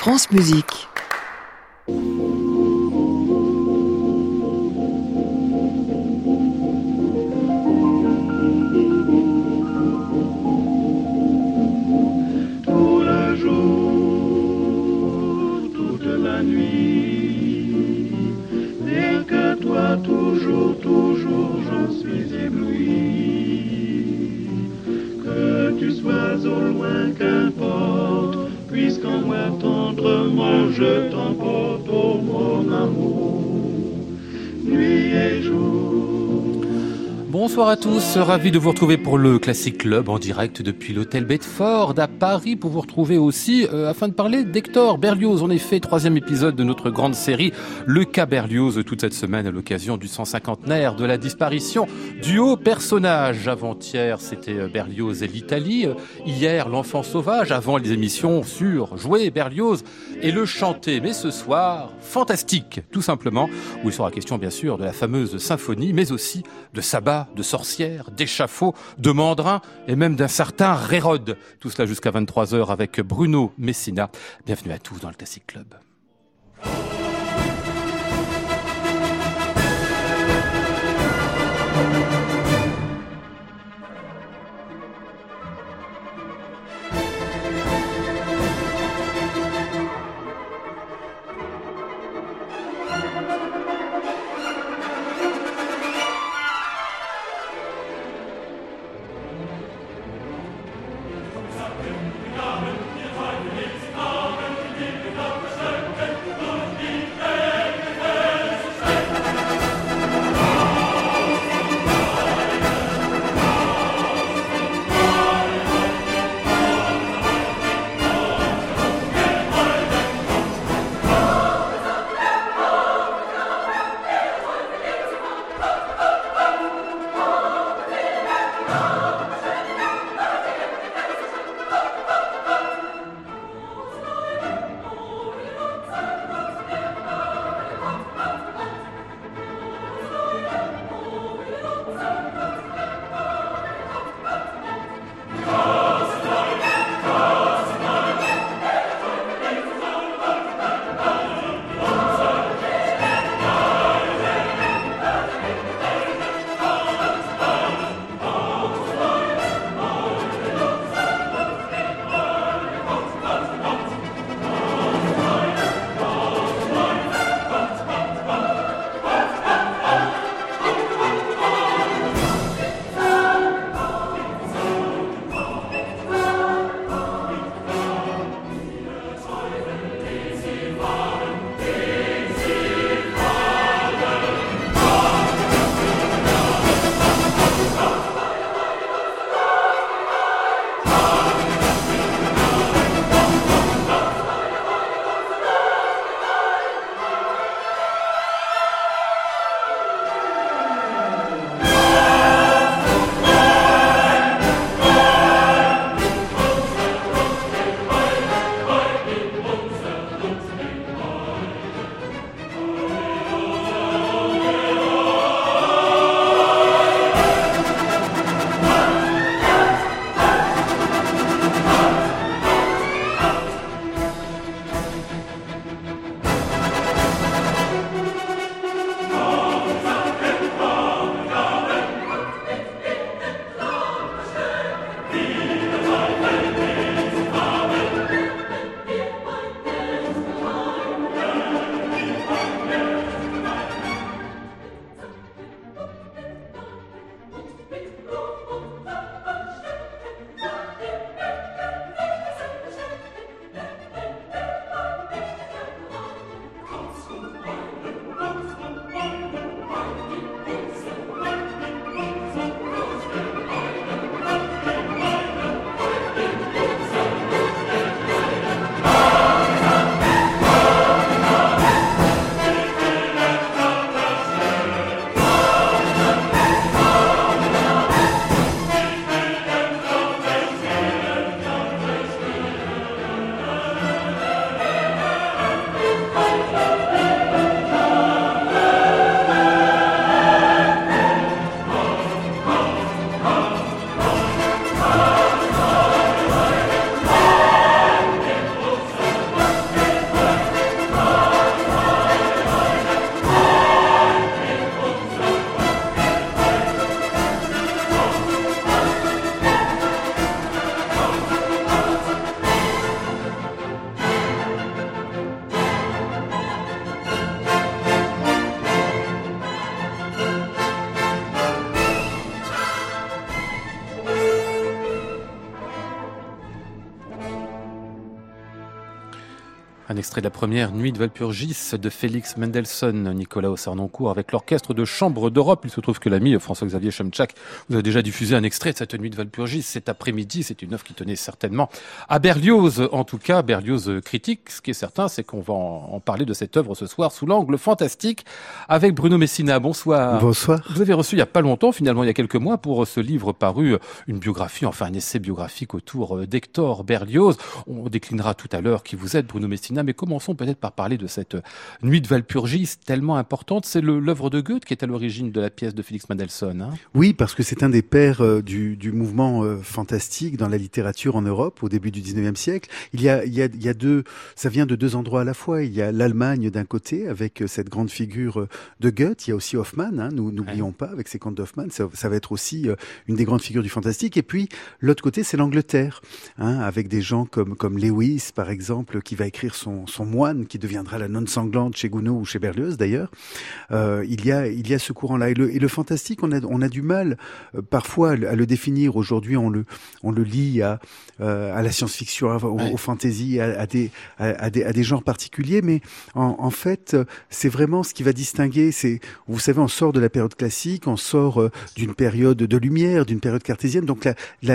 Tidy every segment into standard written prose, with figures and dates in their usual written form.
France Musique. Toujours, j'en suis ébloui. Que tu sois au loin, qu'importe, puisqu'en moi tendrement je t'emporte, oh mon amour, nuit et jour. Bonsoir à tous, ravi de vous retrouver pour le Classic Club en direct depuis l'hôtel Bedford à Paris pour vous retrouver aussi afin de parler d'Hector Berlioz. En effet, 3e épisode de notre grande série, le cas Berlioz, toute cette semaine à l'occasion du 150aire de la disparition du haut personnage. Avant-hier, c'était Berlioz et l'Italie. Hier, l'enfant sauvage, avant les émissions sur jouer Berlioz et le chanter. Mais ce soir, fantastique, tout simplement, où il sera question bien sûr de la fameuse symphonie, mais aussi de sabbat, de sorcières, d'échafauds, de mandrins et même d'un certain Hérode. Tout cela jusqu'à 23h avec Bruno Messina. Bienvenue à tous dans le Classic Club. Un extrait de la première Nuit de Walpurgis de Félix Mendelssohn, Nicolaos Harnoncourt avec l'Orchestre de Chambre d'Europe. Il se trouve que l'ami François-Xavier Chemchak vous a déjà diffusé un extrait de cette Nuit de Walpurgis cet après-midi. C'est une œuvre qui tenait certainement à Berlioz, en tout cas Berlioz critique. Ce qui est certain, c'est qu'on va en parler de cette œuvre ce soir sous l'angle fantastique avec Bruno Messina. Bonsoir. Bonsoir. Vous avez reçu il n'y a pas longtemps, finalement il y a quelques mois, pour ce livre paru, une biographie, enfin un essai biographique autour d'Hector Berlioz. On déclinera tout à l'heure qui vous êtes, Bruno Messina, mais commençons peut-être par parler de cette Nuit de Walpurgis tellement importante. C'est l'œuvre de Goethe qui est à l'origine de la pièce de Félix Mendelssohn. Hein. Oui, parce que c'est un des pères du mouvement fantastique dans la littérature en Europe au début du 19e siècle. Il y a deux, ça vient de deux endroits à la fois. Il y a l'Allemagne d'un côté avec cette grande figure de Goethe. Il y a aussi Hoffmann, hein, nous n'oublions pas, avec ses contes d'Hoffmann. Ça va être aussi une des grandes figures du fantastique. Et puis l'autre côté, c'est l'Angleterre, hein, avec des gens comme Lewis, par exemple, qui va écrire son moine, qui deviendra la nonne sanglante chez Gounod ou chez Berlioz d'ailleurs. Il y a ce courant-là. Et le fantastique, on a du mal parfois à le définir. Aujourd'hui, on le lie à la science-fiction, au fantasy, à des genres particuliers. Mais en fait, c'est vraiment ce qui va distinguer. Vous savez, on sort de la période classique, on sort d'une période de lumière, d'une période cartésienne. Donc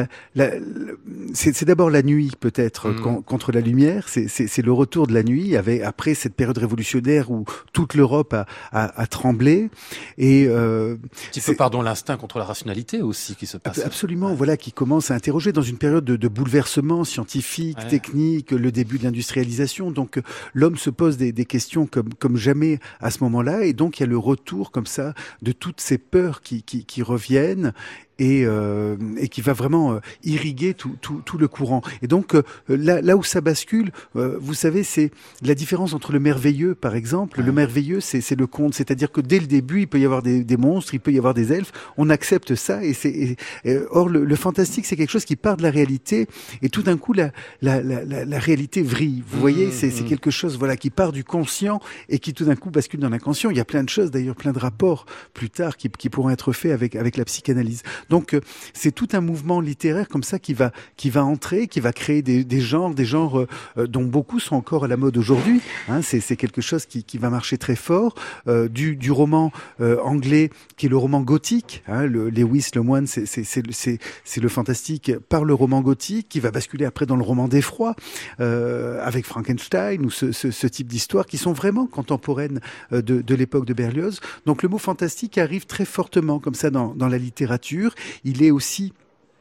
c'est d'abord la nuit peut-être contre la lumière. C'est le retour de la nuit après cette période révolutionnaire où toute l'Europe a tremblé. Et un petit peu, l'instinct contre la rationalité aussi qui se passe. Absolument, voilà, qui commence à interroger dans une période de bouleversement scientifique, technique, le début de l'industrialisation. Donc l'homme se pose des questions comme jamais à ce moment-là. Et donc il y a le retour comme ça de toutes ces peurs qui reviennent. Et qui va vraiment irriguer tout le courant. Et donc là où ça bascule, vous savez, c'est la différence entre le merveilleux, par exemple. Le merveilleux, c'est le conte, c'est-à-dire que dès le début, il peut y avoir des monstres, il peut y avoir des elfes. On accepte ça. Or, le fantastique, c'est quelque chose qui part de la réalité, et tout d'un coup, la réalité vrille. Vous voyez, c'est quelque chose, voilà, qui part du conscient et qui tout d'un coup bascule dans l'inconscient. Il y a plein de choses, d'ailleurs, plein de rapports plus tard qui pourront être faits avec la psychanalyse. Donc c'est tout un mouvement littéraire comme ça qui va entrer, qui va créer des genres dont beaucoup sont encore à la mode aujourd'hui. Hein, c'est quelque chose qui va marcher très fort. Du roman anglais qui est le roman gothique. Hein, Lewis, le moine, c'est le fantastique par le roman gothique qui va basculer après dans le roman d'effroi avec Frankenstein ou ce type d'histoires qui sont vraiment contemporaines de l'époque de Berlioz. Donc le mot fantastique arrive très fortement comme ça dans la littérature. Il est aussi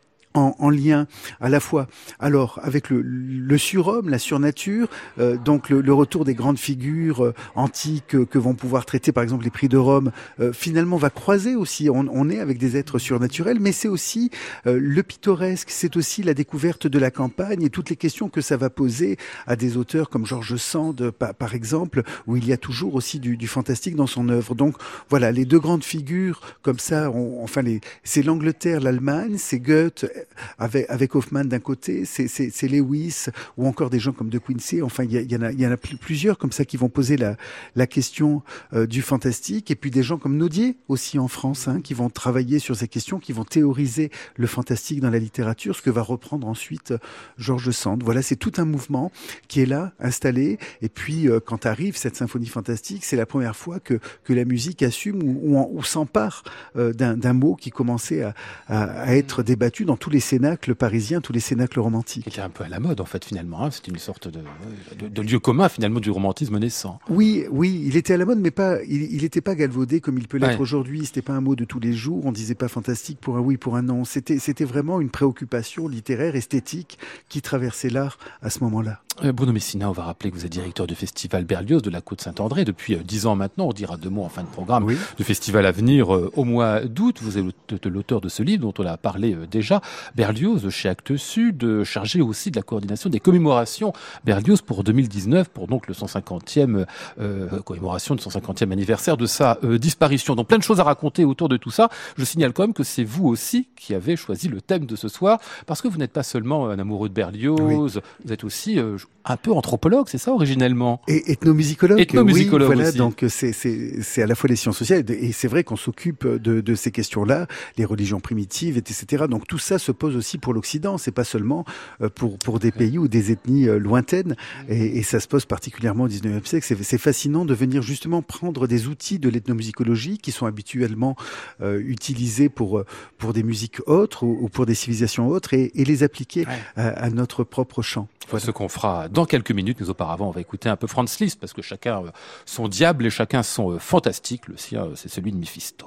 en lien à la fois avec le surhomme, la surnature, donc le retour des grandes figures antiques que vont pouvoir traiter par exemple les prix de Rome, finalement va croiser aussi, on est avec des êtres surnaturels, mais c'est aussi le pittoresque, c'est aussi la découverte de la campagne et toutes les questions que ça va poser à des auteurs comme George Sand par exemple, où il y a toujours aussi du fantastique dans son œuvre. Donc voilà, les deux grandes figures comme ça, c'est l'Angleterre, l'Allemagne, c'est Goethe avec Hoffmann d'un côté, c'est Lewis ou encore des gens comme De Quincey. Enfin, il y en a plusieurs comme ça qui vont poser la question du fantastique. Et puis des gens comme Naudier aussi en France, hein, qui vont travailler sur ces questions, qui vont théoriser le fantastique dans la littérature, ce que va reprendre ensuite George Sand. Voilà, c'est tout un mouvement qui est là, installé. Et puis quand arrive cette symphonie fantastique, c'est la première fois que la musique assume ou s'empare d'un mot qui commençait à être débattu dans tous les cénacles parisiens, tous les cénacles romantiques. Qui était un peu à la mode en fait finalement, hein. C'était une sorte de lieu commun finalement du romantisme naissant. Oui, il était à la mode, mais il n'était pas galvaudé comme il peut l'être aujourd'hui. C'était pas un mot de tous les jours. On disait pas fantastique pour un oui, pour un non. C'était vraiment une préoccupation littéraire, esthétique qui traversait l'art à ce moment-là. Bruno Messina, on va rappeler que vous êtes directeur du festival Berlioz de la Côte-Saint-André depuis 10 ans maintenant. On dira 2 mots en fin de programme du festival à venir au mois d'août. Vous êtes l'auteur de ce livre dont on a parlé déjà, Berlioz chez Actes Sud, chargé aussi de la coordination des commémorations Berlioz pour 2019, pour donc le 150e commémoration du 150e anniversaire de sa disparition. Donc plein de choses à raconter autour de tout ça. Je signale quand même que c'est vous aussi qui avez choisi le thème de ce soir, parce que vous n'êtes pas seulement un amoureux de Berlioz, vous êtes aussi un peu anthropologue, c'est ça originellement? Et ethnomusicologue. Ethnomusicologue, oui, voilà, aussi. Donc c'est à la fois les sciences sociales et c'est vrai qu'on s'occupe de ces questions-là, les religions primitives, etc. Donc tout ça se se pose aussi pour l'Occident. C'est pas seulement pour des pays ou des ethnies lointaines. Et ça se pose particulièrement au 19e siècle. C'est fascinant de venir justement prendre des outils de l'ethnomusicologie qui sont habituellement utilisés pour des musiques autres ou pour des civilisations autres et les appliquer à notre propre chant. Voilà. Ce qu'on fera dans quelques minutes, mais auparavant, on va écouter un peu Franz Liszt, parce que chacun son diable et chacun son fantastique. Le sien, c'est celui de Méphisto.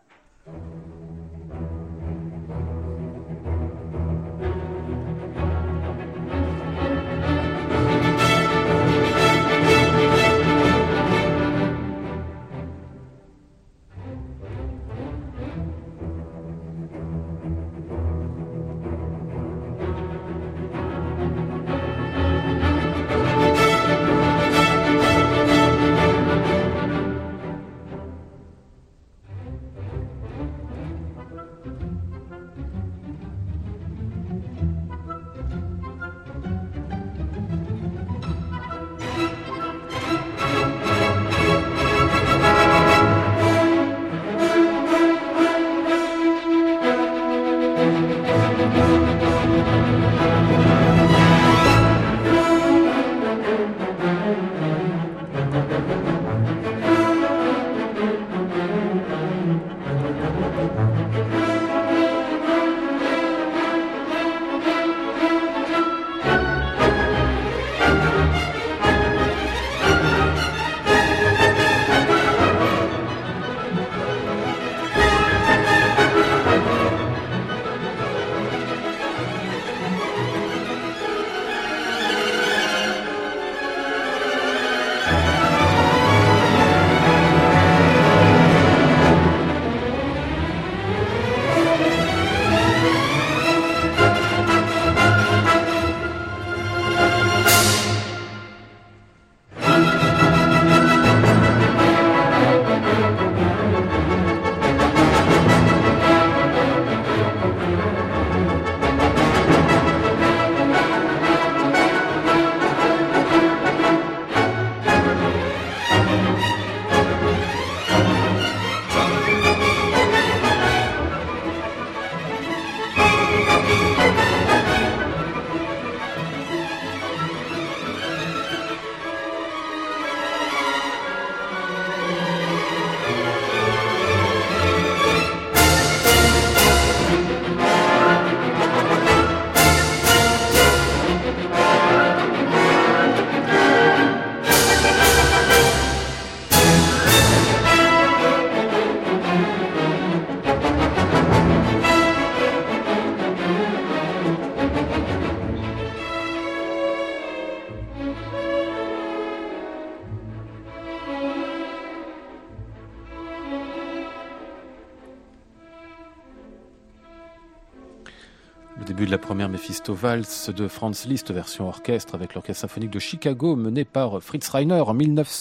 Le début de la première Méphisto-Valse de Franz Liszt, version orchestre avec l'Orchestre symphonique de Chicago mené par Fritz Reiner en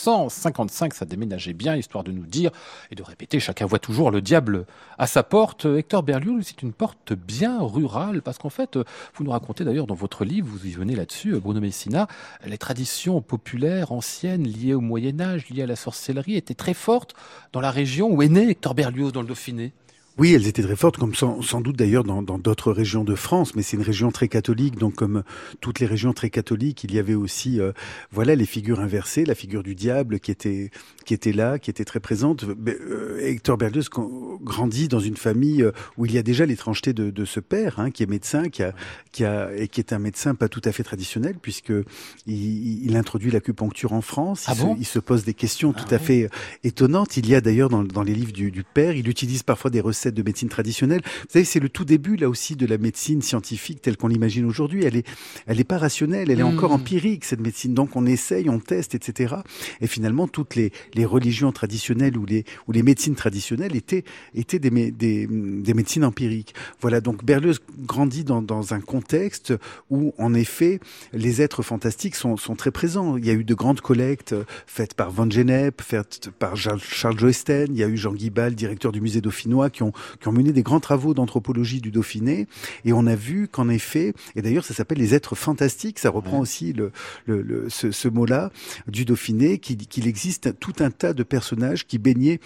1955. Ça déménageait bien, histoire de nous dire et de répéter, chacun voit toujours le diable à sa porte. Hector Berlioz, c'est une porte bien rurale, parce qu'en fait, vous nous racontez d'ailleurs dans votre livre, vous y venez là-dessus, Bruno Messina, les traditions populaires anciennes liées au Moyen-Âge, liées à la sorcellerie, étaient très fortes dans la région où est né Hector Berlioz, dans le Dauphiné. Oui, elles étaient très fortes, comme sans doute d'ailleurs dans d'autres régions de France, mais c'est une région très catholique, donc comme toutes les régions très catholiques, il y avait aussi les figures inversées, la figure du diable qui était là, qui était très présente. Hector Berlioz grandit dans une famille où il y a déjà l'étrangeté de ce père, qui est médecin, et qui est un médecin pas tout à fait traditionnel, puisque il introduit l'acupuncture en France. Il se pose des questions tout à fait étonnantes. Il y a d'ailleurs dans les livres du père, il utilise parfois des recettes de médecine traditionnelle. Vous savez, c'est le tout début là aussi de la médecine scientifique telle qu'on l'imagine aujourd'hui. Elle est pas rationnelle, elle est encore empirique, cette médecine. Donc on essaye, on teste, etc. Et finalement, toutes les religions traditionnelles ou les médecines traditionnelles étaient des médecines empiriques. Voilà, donc Berlioz grandit dans un contexte où, en effet, les êtres fantastiques sont très présents. Il y a eu de grandes collectes faites par Van Gennep, faites par Charles Joesten. Il y a eu Jean Guibal, directeur du musée dauphinois, qui ont qui ont mené des grands travaux d'anthropologie du Dauphiné, et on a vu qu'en effet, et d'ailleurs ça s'appelle les êtres fantastiques, ça reprend aussi ce mot-là du Dauphiné, qu'il existe tout un tas de personnages qui baignaient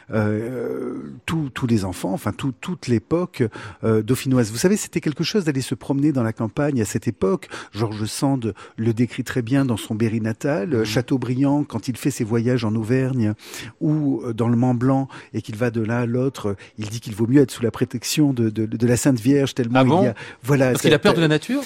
tous les enfants, enfin toute l'époque dauphinoise. Vous savez, c'était quelque chose d'aller se promener dans la campagne à cette époque. George Sand le décrit très bien dans son Berry natal. Chateaubriand, quand il fait ses voyages en Auvergne ou dans le Mont-Blanc et qu'il va de l'un à l'autre, il dit qu'il vaut mieux être sous la protection de la Sainte Vierge tellement il y a... Voilà, parce qu'il a peur de la nature.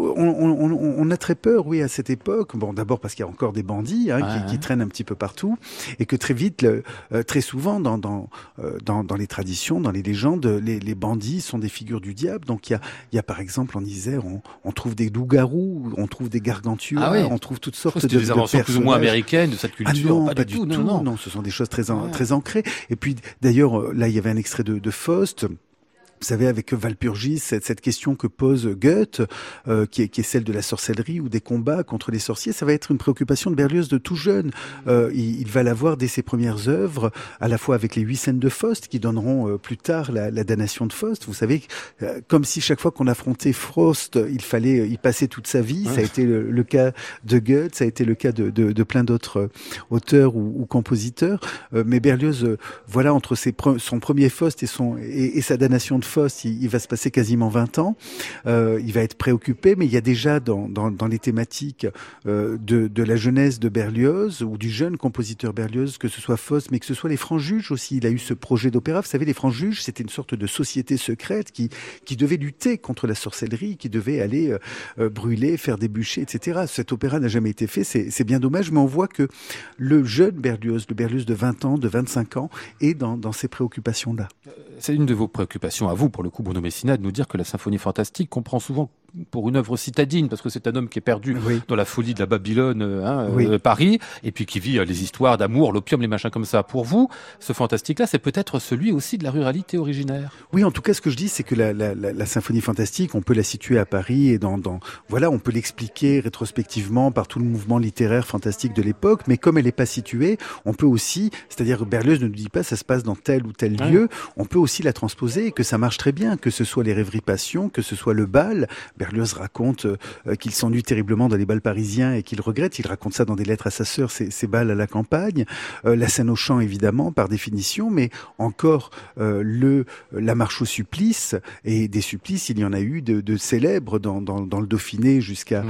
On a très peur, oui, à cette époque. Bon, d'abord parce qu'il y a encore des bandits qui traînent un petit peu partout et que très vite, très souvent dans les traditions, dans les légendes, les bandits sont des figures du diable. Donc il y a par exemple en Isère, on trouve des loups-garous, on trouve des gargantua, on trouve toutes sortes de des inventions plus ou moins américaines de cette culture. Non, pas du tout. Non, ce sont des choses très ancrées. Et puis d'ailleurs, là, il y avait un extrait de Faust. Vous savez, avec Walpurgis, cette question que pose Goethe, qui est celle de la sorcellerie ou des combats contre les sorciers, ça va être une préoccupation de Berlioz de tout jeune. Il va l'avoir dès ses premières œuvres, à la fois avec les 8 scènes de Faust, qui donneront plus tard la damnation de Faust. Vous savez, comme si chaque fois qu'on affrontait Faust, il fallait y passer toute sa vie. Ça a été le cas de Goethe, ça a été le cas de plein d'autres auteurs ou compositeurs. Mais Berlioz, voilà, entre son premier Faust et sa damnation de Faust, il va se passer quasiment 20 ans. Il va être préoccupé, mais il y a déjà dans les thématiques de la jeunesse de Berlioz ou du jeune compositeur Berlioz, que ce soit Faust, mais que ce soit les Francs-Juges aussi. Il a eu ce projet d'opéra. Vous savez, les Francs-Juges, c'était une sorte de société secrète qui devait lutter contre la sorcellerie, qui devait aller brûler, faire des bûchers, etc. Cet opéra n'a jamais été fait. C'est bien dommage, mais on voit que le jeune Berlioz, le Berlioz de 20 ans, de 25 ans, est dans ces préoccupations-là. C'est une de vos préoccupations à vous, pour le coup, Bruno Messina, de nous dire que la symphonie fantastique comprend souvent pour une œuvre citadine, parce que c'est un homme qui est perdu dans la folie de la Babylone, Paris, et puis qui vit les histoires d'amour, l'opium, les machins comme ça. Pour vous, ce fantastique-là, c'est peut-être celui aussi de la ruralité originaire. Oui, en tout cas, ce que je dis, c'est que la symphonie fantastique, on peut la situer à Paris et voilà, on peut l'expliquer rétrospectivement par tout le mouvement littéraire fantastique de l'époque, mais comme elle n'est pas située, on peut aussi, c'est-à-dire Berlioz ne nous dit pas ça se passe dans tel ou tel lieu, on peut aussi la transposer et que ça marche très bien, que ce soit les rêveries passions, que ce soit le bal. Berlioz raconte qu'il s'ennuie terriblement dans les bals parisiens et qu'il regrette. Il raconte ça dans des lettres à sa sœur, ces bals à la campagne. La scène au champ, évidemment, par définition, mais encore la marche au supplice. Et des supplices, il y en a eu de célèbres dans le Dauphiné jusqu'à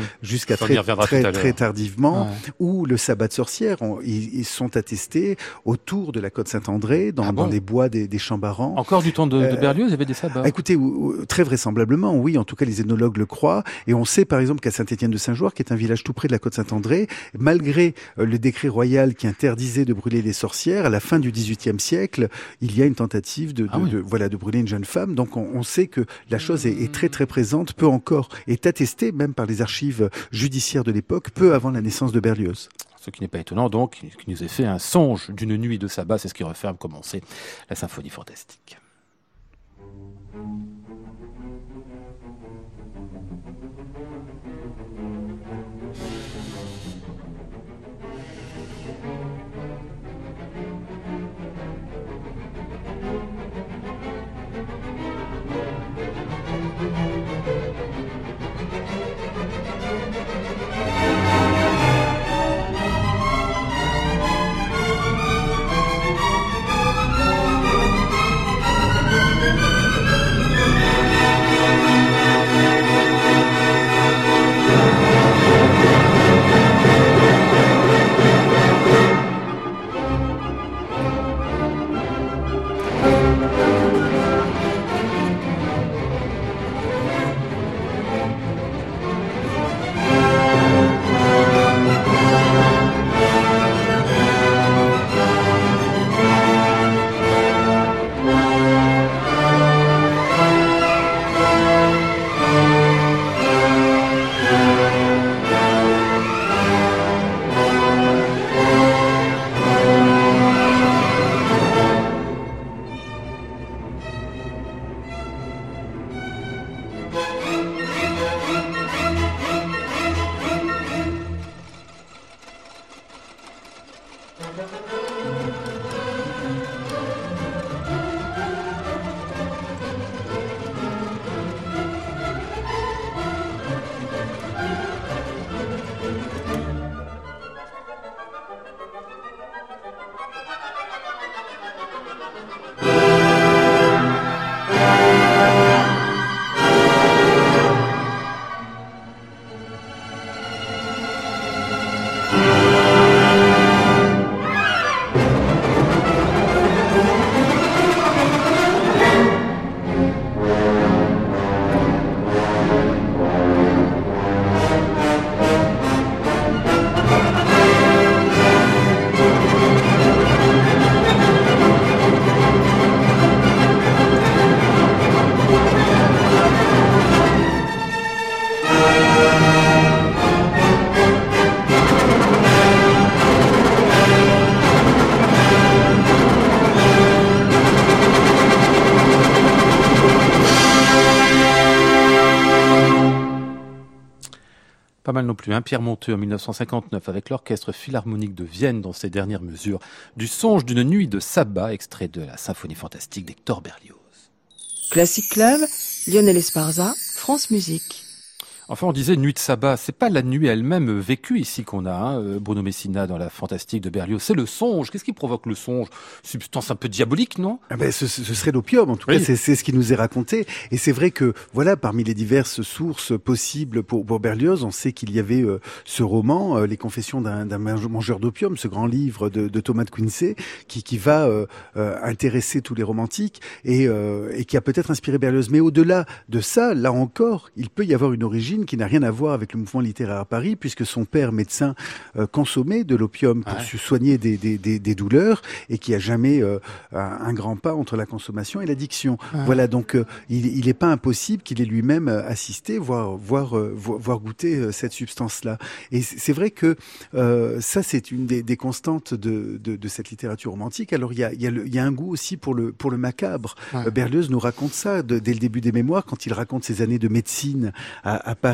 très tardivement. Ou le sabbat de sorcière, ils sont attestés autour de la côte Saint-André, dans les bois des Chambarans. Encore du temps de Berlioz, il y avait des sabbats. Écoutez, très vraisemblablement, oui. En tout cas, les ethnologues le croient. Et on sait, par exemple, qu'à Saint-Étienne-de-Saint-Joire, qui est un village tout près de la côte Saint-André, malgré le décret royal qui interdisait de brûler les sorcières, à la fin du XVIIIe siècle, il y a une tentative de brûler une jeune femme. Donc, on sait que la chose est très, très présente, est attestée même par les archives judiciaires de l'époque, peu avant la naissance de Berlioz. Ce qui n'est pas étonnant, donc, qui nous ait fait un songe d'une nuit de sabbat, c'est ce qui referme, comme on sait, la symphonie fantastique. Pas mal non plus, hein. Pierre Monteux en 1959 avec l'Orchestre Philharmonique de Vienne dans ses dernières mesures du Songe d'une nuit de sabbat, extrait de la symphonie fantastique d'Hector Berlioz. Classic Club, Lionel Esparza, France Musique. Enfin, on disait nuit de sabbat, c'est pas la nuit elle-même vécue ici qu'on a, hein, Bruno Messina dans la fantastique de Berlioz, c'est le songe. Qu'est-ce qui provoque le songe? Substance un peu diabolique, non? Ce serait l'opium, en tout cas, c'est ce qui nous est raconté. Et c'est vrai que, voilà, parmi les diverses sources possibles pour Berlioz, on sait qu'il y avait ce roman, Les Confessions d'un mangeur d'opium, ce grand livre de Thomas de Quincey, qui va intéresser tous les romantiques et qui a peut-être inspiré Berlioz. Mais au-delà de ça, là encore, il peut y avoir une origine qui n'a rien à voir avec le mouvement littéraire à Paris, puisque son père, médecin, consommait de l'opium pour se soigner des douleurs et qui a jamais un grand pas entre la consommation et l'addiction. Voilà, donc il n'est pas impossible qu'il ait lui-même assisté, voire goûté cette substance-là. Et c'est vrai que ça, c'est une des constantes de cette littérature romantique. Alors, il y a un goût aussi pour le macabre. Berlioz nous raconte ça dès le début des mémoires, quand il raconte ses années de médecine à Paris.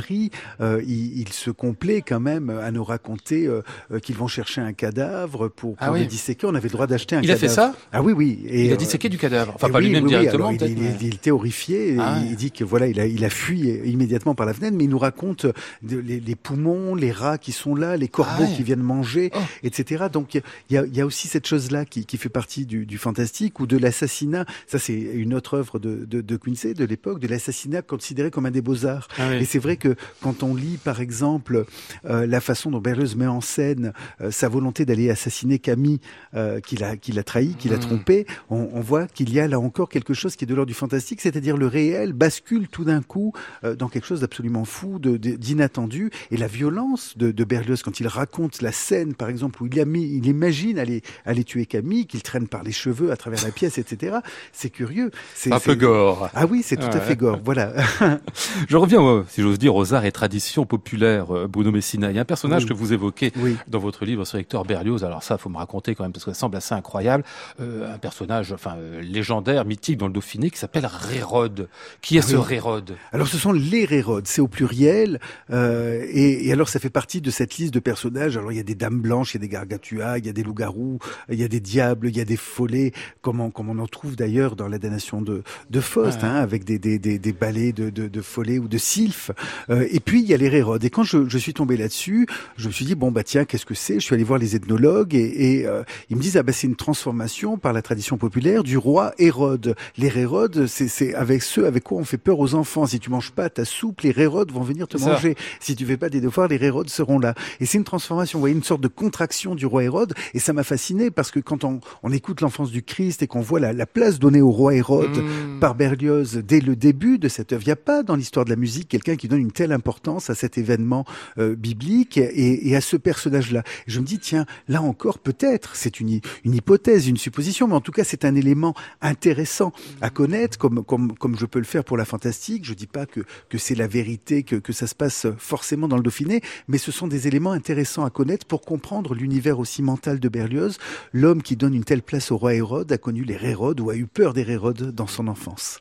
Il se complaît quand même à nous raconter qu'ils vont chercher un cadavre pour le disséquer. On avait le droit d'acheter un cadavre. Il a fait ça? Ah oui. Et il a disséqué du cadavre. Enfin, pas lui-même directement, alors, peut-être. Il était horrifié. Il dit que voilà, il a fui immédiatement par la fenêtre, mais il nous raconte les poumons, les rats qui sont là, les corbeaux qui viennent manger, etc. Donc il y a aussi cette chose-là qui fait partie du fantastique ou de l'assassinat. Ça, c'est une autre œuvre de Quincey de l'époque, de l'assassinat considéré comme un des beaux-arts. Et c'est vrai que quand on lit, par exemple, la façon dont Berlioz met en scène sa volonté d'aller assassiner Camille, qu'il a trahi, qu'il a trompé, on voit qu'il y a là encore quelque chose qui est de l'ordre du fantastique, c'est-à-dire le réel bascule tout d'un coup dans quelque chose d'absolument fou, d'inattendu. Et la violence de Berlioz, quand il raconte la scène, par exemple, où il imagine aller tuer Camille, qu'il traîne par les cheveux à travers la pièce, etc., c'est curieux. C'est un peu gore. Ah oui, c'est tout à fait gore, voilà. Je reviens, si j'ose dire, aux arts et traditions populaires, Bruno Messina. Il y a un personnage que vous évoquez dans votre livre sur Hector Berlioz. Alors ça, faut me raconter quand même, parce que ça semble assez incroyable. Un personnage, légendaire, mythique dans le Dauphiné, qui s'appelle Rérode. Qui est ce Rérode? Alors ce sont les Rérodes, c'est au pluriel. Et alors ça fait partie de cette liste de personnages. Alors il y a des dames blanches, il y a des gargatuas, il y a des loups-garous, il y a des diables, il y a des follets, comme on en trouve d'ailleurs dans la damnation de Faust, avec des ballets de follets ou de sylphes. Et puis il y a les Rérodes. Et quand je suis tombé là-dessus, je me suis dit tiens, qu'est-ce que c'est? Je suis allé voir les ethnologues et ils me disent c'est une transformation par la tradition populaire du roi Hérode. Les Rérodes, c'est avec ceux avec quoi on fait peur aux enfants. Si tu manges pas ta soupe, les Rérodes vont venir te manger. Si tu fais pas tes devoirs, les Rérodes seront là. Et c'est une transformation, vous voyez, une sorte de contraction du roi Hérode. Et ça m'a fasciné parce que quand on écoute l'enfance du Christ et qu'on voit la place donnée au roi Hérode par Berlioz dès le début de cette œuvre, il n'y a pas dans l'histoire de la musique quelqu'un qui donne une telle importance à cet événement biblique et à ce personnage-là. Je me dis, tiens, là encore, peut-être, c'est une hypothèse, une supposition, mais en tout cas, c'est un élément intéressant à connaître, comme je peux le faire pour la fantastique. Je dis pas que c'est la vérité, que ça se passe forcément dans le Dauphiné, mais ce sont des éléments intéressants à connaître pour comprendre l'univers aussi mental de Berlioz. L'homme qui donne une telle place au roi Hérode a connu les Rérodes ou a eu peur des Rérodes dans son enfance.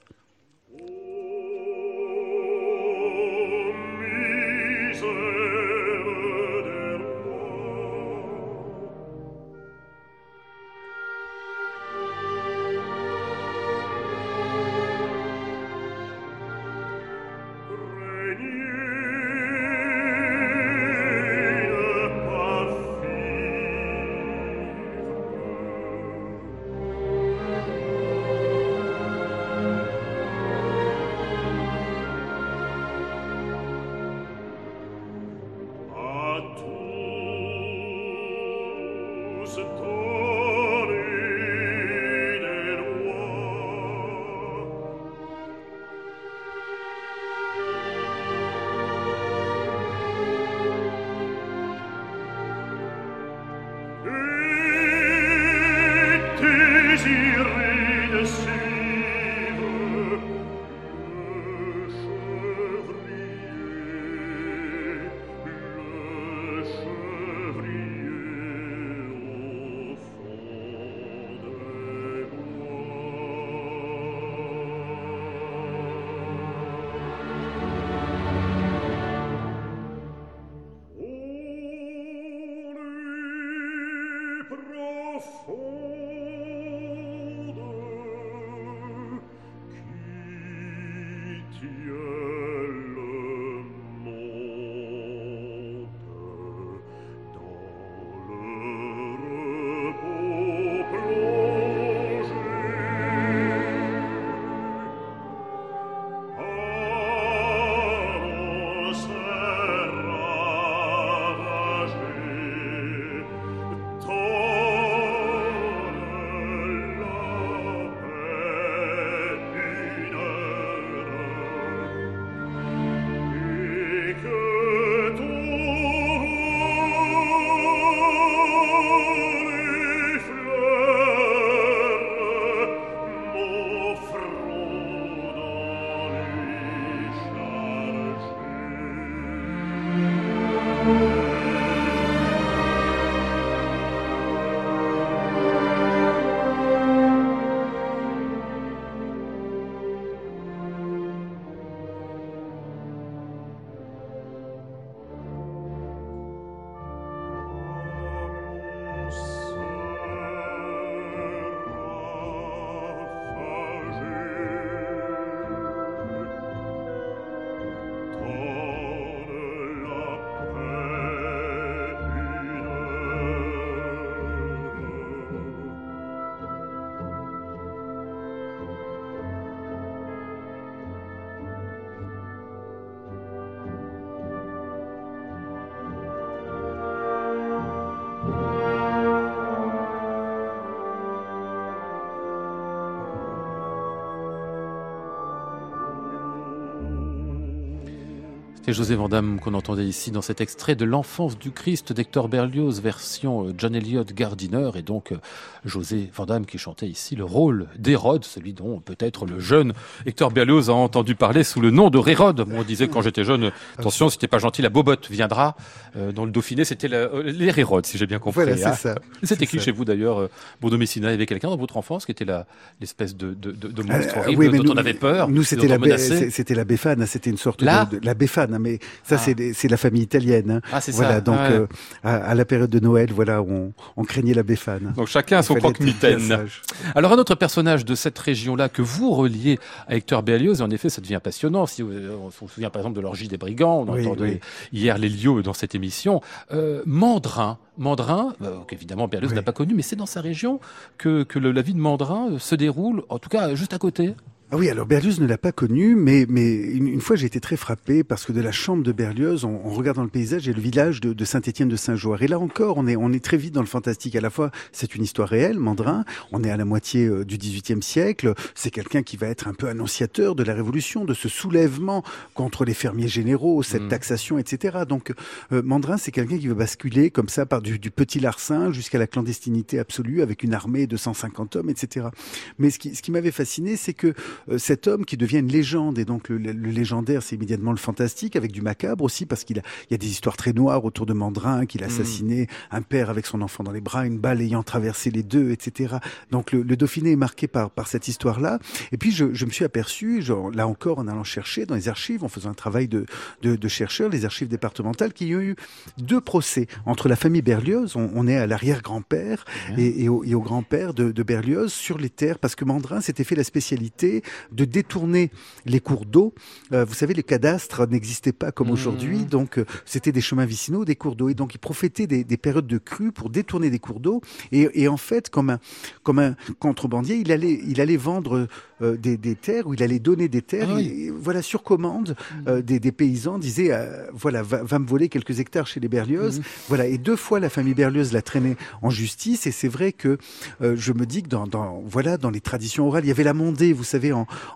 C'est José Vandamme qu'on entendait ici dans cet extrait de L'Enfance du Christ d'Hector Berlioz, version John Eliot Gardiner, et donc José Vandamme qui chantait ici le rôle d'Hérode, celui dont peut-être le jeune Hector Berlioz a entendu parler sous le nom de Hérode. Moi, on disait quand j'étais jeune, attention, si t'es pas gentil, la bobotte viendra. Dans le Dauphiné, c'était les Hérodes, si j'ai bien compris. Voilà, c'est ça. C'était qui chez vous d'ailleurs, Bourdeau Messina? Il y avait quelqu'un dans votre enfance qui était l'espèce de monstre horrible oui, dont on avait peur? Nous, c'était la Befana, c'était une sorte de la Befana. Mais ça, c'est la famille italienne. Hein. Ah, c'est voilà, ça. donc Ouais. à la période de Noël, voilà, on craignait la Befana. Donc chacun a son croque-mitaine. Alors un autre personnage de cette région-là que vous reliez à Hector Berlioz, et en effet, ça devient passionnant. Si on se souvient par exemple de l'orgie des brigands, on entendait hier les lieux dans cette émission. Mandrin, qu'évidemment Berlioz n'a pas connu, mais c'est dans sa région que la vie de Mandrin se déroule, en tout cas juste à côté. Ah oui, alors Berlioz ne l'a pas connu, mais une fois j'ai été très frappé parce que de la chambre de Berlioz, on regarde dans le paysage, il y a le village de Saint-Étienne de Saint-Joire. Et là encore, on est très vite dans le fantastique. À la fois, c'est une histoire réelle, Mandrin. On est à la moitié du XVIIIe siècle. C'est quelqu'un qui va être un peu annonciateur de la Révolution, de ce soulèvement contre les fermiers généraux, cette taxation, etc. Donc Mandrin, c'est quelqu'un qui va basculer comme ça par du petit larcin jusqu'à la clandestinité absolue avec une armée de 150 hommes, etc. Mais ce qui m'avait fasciné, c'est que cet homme qui devient une légende, et donc le légendaire, c'est immédiatement le fantastique, avec du macabre aussi, parce qu'il y a des histoires très noires autour de Mandrin, qu'il a assassiné un père avec son enfant dans les bras, une balle ayant traversé les deux, etc. Donc le Dauphiné est marqué par cette histoire-là. Et puis je me suis aperçu, là encore en allant chercher dans les archives, en faisant un travail de chercheur, les archives départementales, qu'il y a eu 2 procès entre la famille Berlioz, on est à l'arrière-grand-père et au grand-père de Berlioz sur les terres, parce que Mandrin s'était fait la spécialité de détourner les cours d'eau. Vous savez, les cadastres n'existaient pas comme aujourd'hui, donc c'était des chemins vicinaux, des cours d'eau, et donc il profitait des périodes de crue pour détourner des cours d'eau, et en fait, comme un contrebandier, il allait vendre des terres, ou il allait donner des terres, et, voilà, sur commande des paysans, disait voilà, va me voler quelques hectares chez les Berlioz, voilà, et 2 fois la famille Berlioz l'a traîné en justice, et c'est vrai que je me dis que dans les traditions orales, il y avait la mondée, vous savez,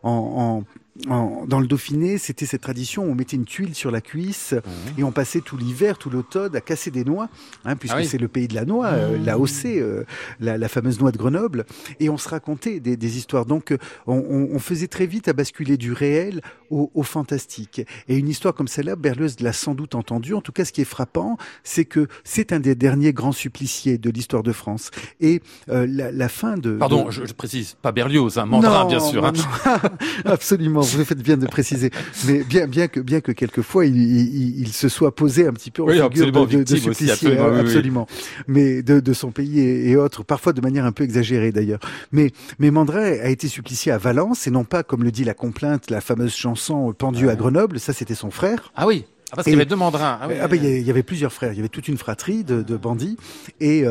dans le Dauphiné, c'était cette tradition où on mettait une tuile sur la cuisse et on passait tout l'hiver, tout l'automne à casser des noix, puisque c'est le pays de la noix, l'AOC, la fameuse noix de Grenoble, et on se racontait des histoires. Donc on faisait très vite à basculer du réel au fantastique. Et une histoire comme celle-là, Berlioz l'a sans doute entendue. En tout cas, ce qui est frappant, c'est que c'est un des derniers grands suppliciés de l'histoire de France. Et la fin de... Pardon, je précise, pas Berlioz, Mandrin, bien sûr. Non, absolument absolument. Vous faites bien de préciser. Mais bien que quelquefois il se soit posé un petit peu en figure de supplicié, absolument. Mais de son pays et autres, parfois de manière un peu exagérée d'ailleurs. Mais Mandrin a été supplicié à Valence et non pas, comme le dit la complainte, la fameuse chanson Pendu à Grenoble. Ça, c'était son frère. Ah oui. Ah, parce qu'il y avait deux Mandrins. Il y avait plusieurs frères. Il y avait toute une fratrie de bandits. Et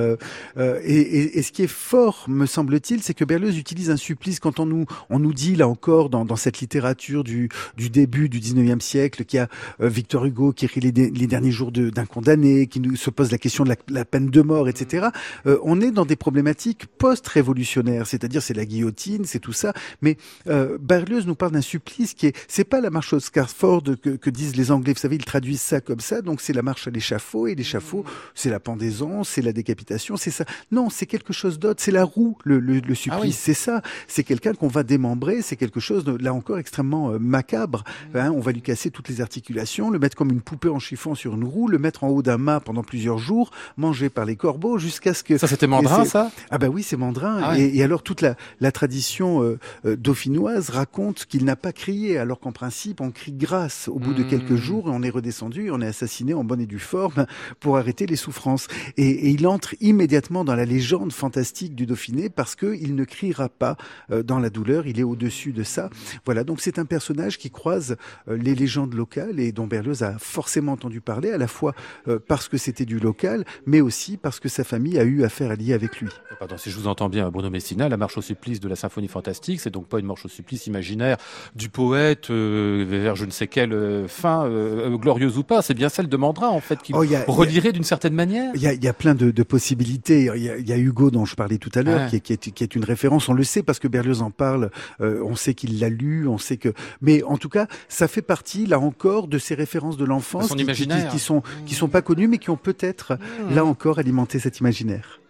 ce qui est fort, me semble-t-il, c'est que Berlioz utilise un supplice quand on nous dit, là encore, dans cette littérature du début du 19e siècle, qu'il y a Victor Hugo qui écrit les derniers jours d'un condamné, qui nous se pose la question de la peine de mort, etc. On est dans des problématiques post-révolutionnaires. C'est-à-dire, c'est la guillotine, c'est tout ça. Mais Berlioz nous parle d'un supplice c'est pas la marche au Scarford que disent les Anglais. Vous savez, ils traduisent ça comme ça, donc c'est la marche à l'échafaud, et l'échafaud, c'est la pendaison, c'est la décapitation, c'est ça. Non, c'est quelque chose d'autre, c'est la roue, le supplice, c'est ça. C'est quelqu'un qu'on va démembrer, c'est quelque chose, là encore, extrêmement macabre. Hein, on va lui casser toutes les articulations, le mettre comme une poupée en chiffon sur une roue, le mettre en haut d'un mât pendant plusieurs jours, mangé par les corbeaux, jusqu'à ce que... Ça, c'était Mandrin, ça? Ah ben oui, c'est Mandrin. Et alors, toute la tradition dauphinoise raconte qu'il n'a pas crié, alors qu'en principe, on crie grâce au bout de quelques jours, et on est redescendu et on est assassiné en bonne et due forme pour arrêter les souffrances. Et il entre immédiatement dans la légende fantastique du Dauphiné parce qu'il ne criera pas dans la douleur, il est au-dessus de ça. Voilà, donc c'est un personnage qui croise les légendes locales et dont Berlioz a forcément entendu parler, à la fois parce que c'était du local, mais aussi parce que sa famille a eu affaire à lier avec lui. Pardon, si je vous entends bien, Bruno Messina, la marche au supplice de la symphonie fantastique, c'est donc pas une marche au supplice imaginaire du poète vers je ne sais quelle fin glorieuse ou pas, c'est bien celle de Mandrin en fait qui relirait d'une certaine manière. Il y a plein de possibilités. Il y a Hugo dont je parlais tout à l'heure qui est une référence. On le sait parce que Berlioz en parle. On sait qu'il l'a lu. On sait que. Mais en tout cas, ça fait partie là encore de ces références de l'enfance qui sont pas connues mais qui ont peut-être là encore alimenté cet imaginaire.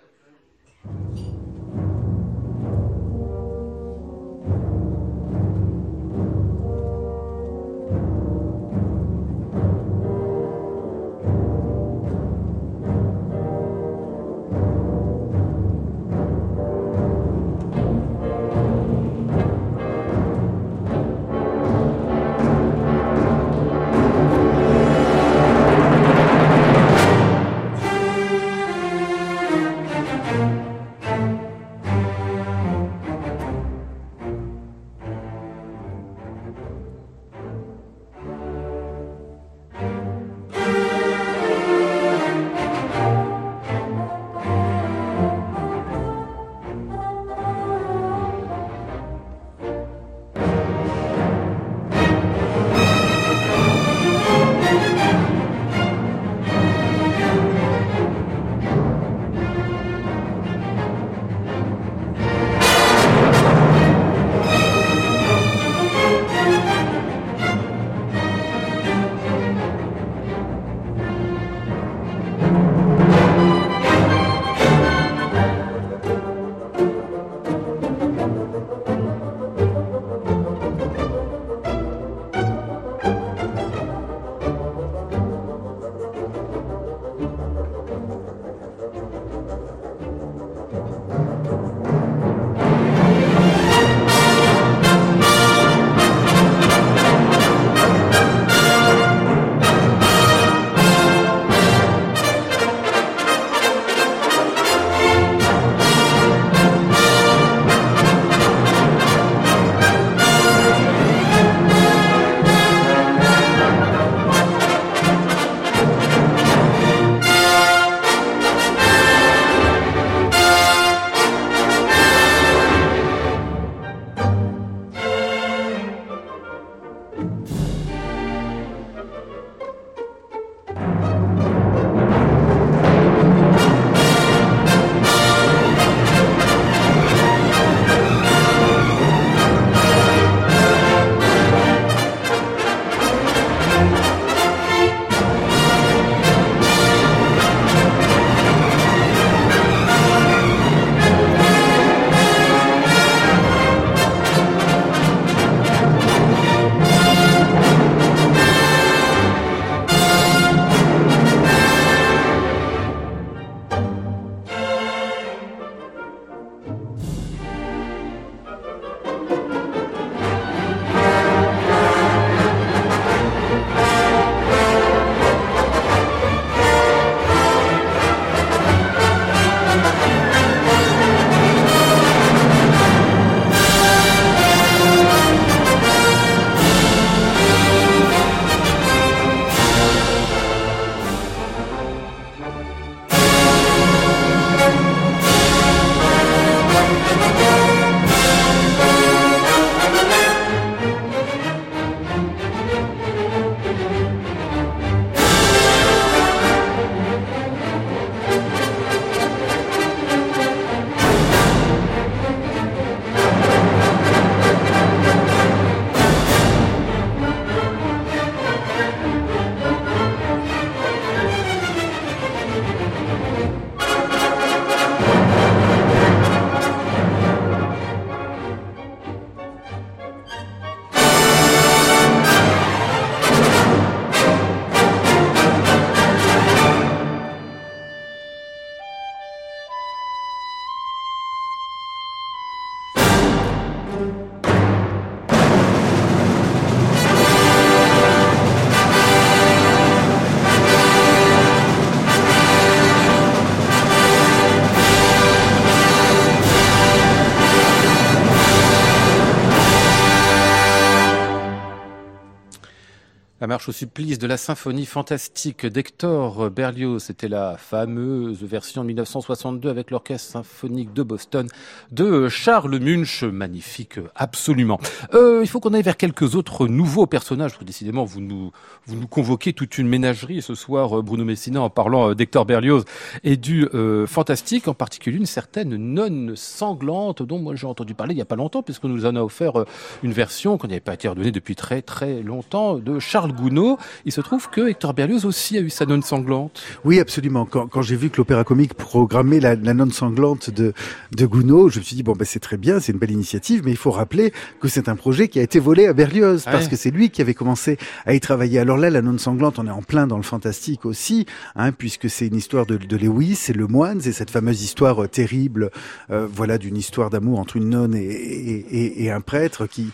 marche au supplice de la symphonie fantastique d'Hector Berlioz. C'était la fameuse version de 1962 avec l'orchestre symphonique de Boston de Charles Munch. Magnifique, absolument. Il faut qu'on aille vers quelques autres nouveaux personnages, parce que décidément, vous nous convoquez toute une ménagerie ce soir, Bruno Messina, en parlant d'Hector Berlioz et du fantastique, en particulier une certaine nonne sanglante dont moi j'ai entendu parler il n'y a pas longtemps, puisqu'on nous en a offert une version qu'on n'avait pas été redonnée depuis très très longtemps de Charles Gounod. Il se trouve que Hector Berlioz aussi a eu sa nonne sanglante. Oui, absolument. Quand j'ai vu que l'Opéra Comique programmait la nonne sanglante de Gounod, je me suis dit, c'est très bien, c'est une belle initiative, mais il faut rappeler que c'est un projet qui a été volé à Berlioz, parce que c'est lui qui avait commencé à y travailler. Alors là, la nonne sanglante, on est en plein dans le fantastique aussi, puisque c'est une histoire de Lewis et le moine, c'est cette fameuse histoire terrible, d'une histoire d'amour entre une nonne et un prêtre qui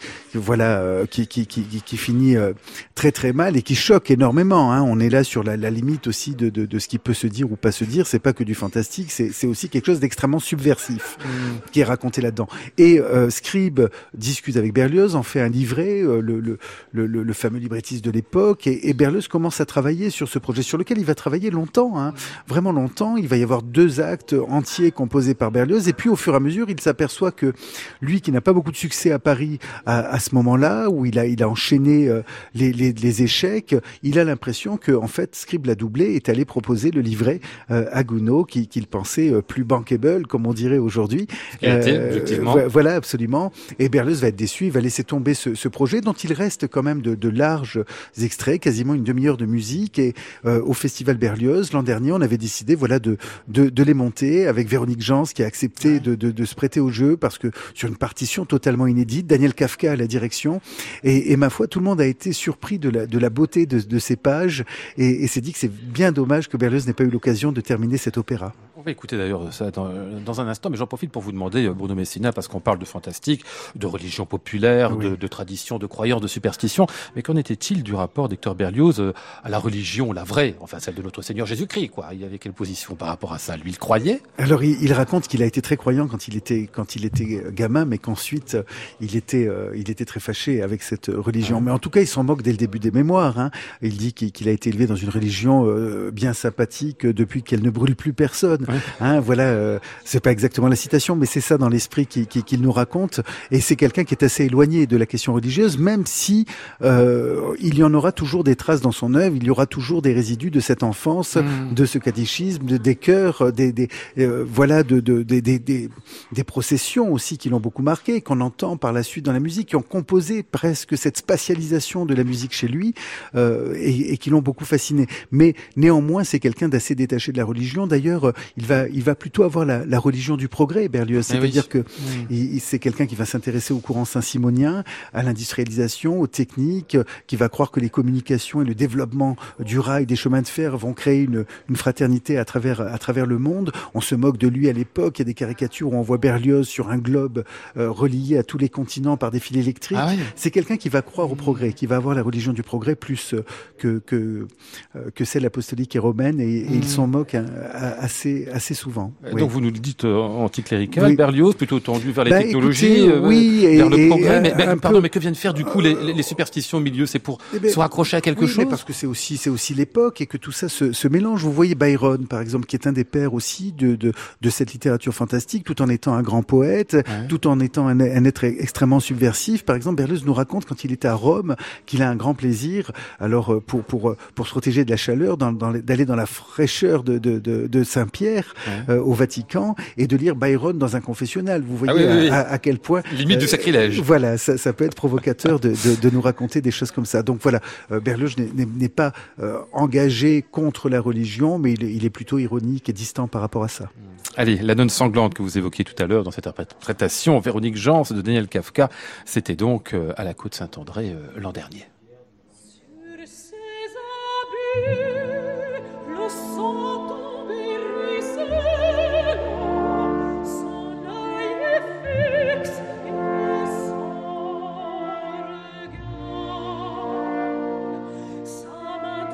finit très très mal et qui choque énormément. On est là sur la limite aussi de ce qui peut se dire ou pas se dire. C'est pas que du fantastique, c'est aussi quelque chose d'extrêmement subversif qui est raconté là-dedans. Et Scribe discute avec Berlioz, en fait un livret, le fameux librettiste de l'époque, et Berlioz commence à travailler sur ce projet, sur lequel il va travailler longtemps, vraiment longtemps. Il va y avoir 2 actes entiers composés par Berlioz, et puis au fur et à mesure, il s'aperçoit que lui, qui n'a pas beaucoup de succès à Paris à ce moment-là, où il a enchaîné les échecs, il a l'impression que en fait Scribe l'a doublé, est allé proposer le livret à Gounod, qu'il pensait plus bankable, comme on dirait aujourd'hui. Effectivement. Voilà, absolument. Et Berlioz va être déçu, il va laisser tomber ce projet, dont il reste quand même de larges extraits, quasiment une demi-heure de musique. Et au Festival Berlioz, l'an dernier, on avait décidé de les monter avec Véronique Jans, qui a accepté de se prêter au jeu, parce que sur une partition totalement inédite, Daniel Kafka à la direction, et ma foi, tout le monde a été surpris de la beauté de ces pages, et s'est dit que c'est bien dommage que Berlioz n'ait pas eu l'occasion de terminer cet opéra. On va écouter d'ailleurs ça dans un instant, mais j'en profite pour vous demander, Bruno Messina, parce qu'on parle de fantastique, de religion populaire, de tradition, de croyance, de superstition, mais qu'en était-il du rapport d'Hector Berlioz à la religion, la vraie, enfin celle de notre Seigneur Jésus-Christ, quoi? Il avait quelle position par rapport à ça? Lui, il croyait? Alors, il raconte qu'il a été très croyant quand il était gamin, mais qu'ensuite il était très fâché avec cette religion. Mais en tout cas, il s'en moque dès le début des mémoires. Il dit qu'il a été élevé dans une religion bien sympathique depuis qu'elle ne brûle plus personne. C'est pas exactement la citation, mais c'est ça dans l'esprit qu'il nous raconte. Et c'est quelqu'un qui est assez éloigné de la question religieuse, même si il y en aura toujours des traces dans son œuvre. Il y aura toujours des résidus de cette enfance, de ce catéchisme, des chœurs, des processions aussi qui l'ont beaucoup marqué, qu'on entend par la suite dans la musique, qui ont composé presque cette spatialisation de la musique chez lui, et qui l'ont beaucoup fasciné. Mais néanmoins, c'est quelqu'un d'assez détaché de la religion. D'ailleurs, il va plutôt avoir la religion du progrès, Berlioz. C'est-à-dire que c'est quelqu'un qui va s'intéresser au courant saint-simonien, à l'industrialisation, aux techniques, qui va croire que les communications et le développement du rail, des chemins de fer vont créer une fraternité à travers le monde. On se moque de lui à l'époque. Il y a des caricatures où on voit Berlioz sur un globe relié à tous les continents par des fils électriques. C'est quelqu'un qui va croire au progrès, qui va avoir la religion du progrès plus que celle apostolique et romaine, et il s'en moque assez souvent. Donc vous nous le dites anticlérical, Berlioz plutôt tendu vers les technologies, écoutez, vers le progrès. Mais que viennent faire du coup les superstitions au milieu? C'est pour se raccrocher à quelque chose? Mais parce que c'est aussi l'époque, et que tout ça se mélange. Vous voyez Byron, par exemple, qui est un des pères aussi de cette littérature fantastique, tout en étant un grand poète, tout en étant un être extrêmement subversif. Par exemple, Berlioz nous raconte quand il était à Rome qu'il a un grand plaisir, alors pour se protéger de la chaleur, d'aller dans la fraîcheur de Saint-Pierre au Vatican, et de lire Byron dans un confessionnal. Vous voyez à quel point limite du sacrilège. Voilà, ça peut être provocateur de nous raconter des choses comme ça. Donc voilà, Berlioz n'est pas engagé contre la religion, mais il est plutôt ironique et distant par rapport à ça. Allez, la nonne sanglante que vous évoquiez tout à l'heure dans cette interprétation, Véronique Jans de Daniel Kafka, c'était donc à la Côte Saint-André l'an dernier. Sur ces abus, le sang tombé ruisselant, son œil est fixe et sans regard. Sa main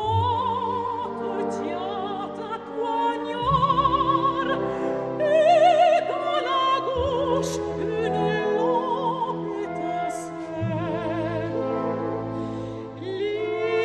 droite tient un poignard, et dans la gauche une lampe étincelle.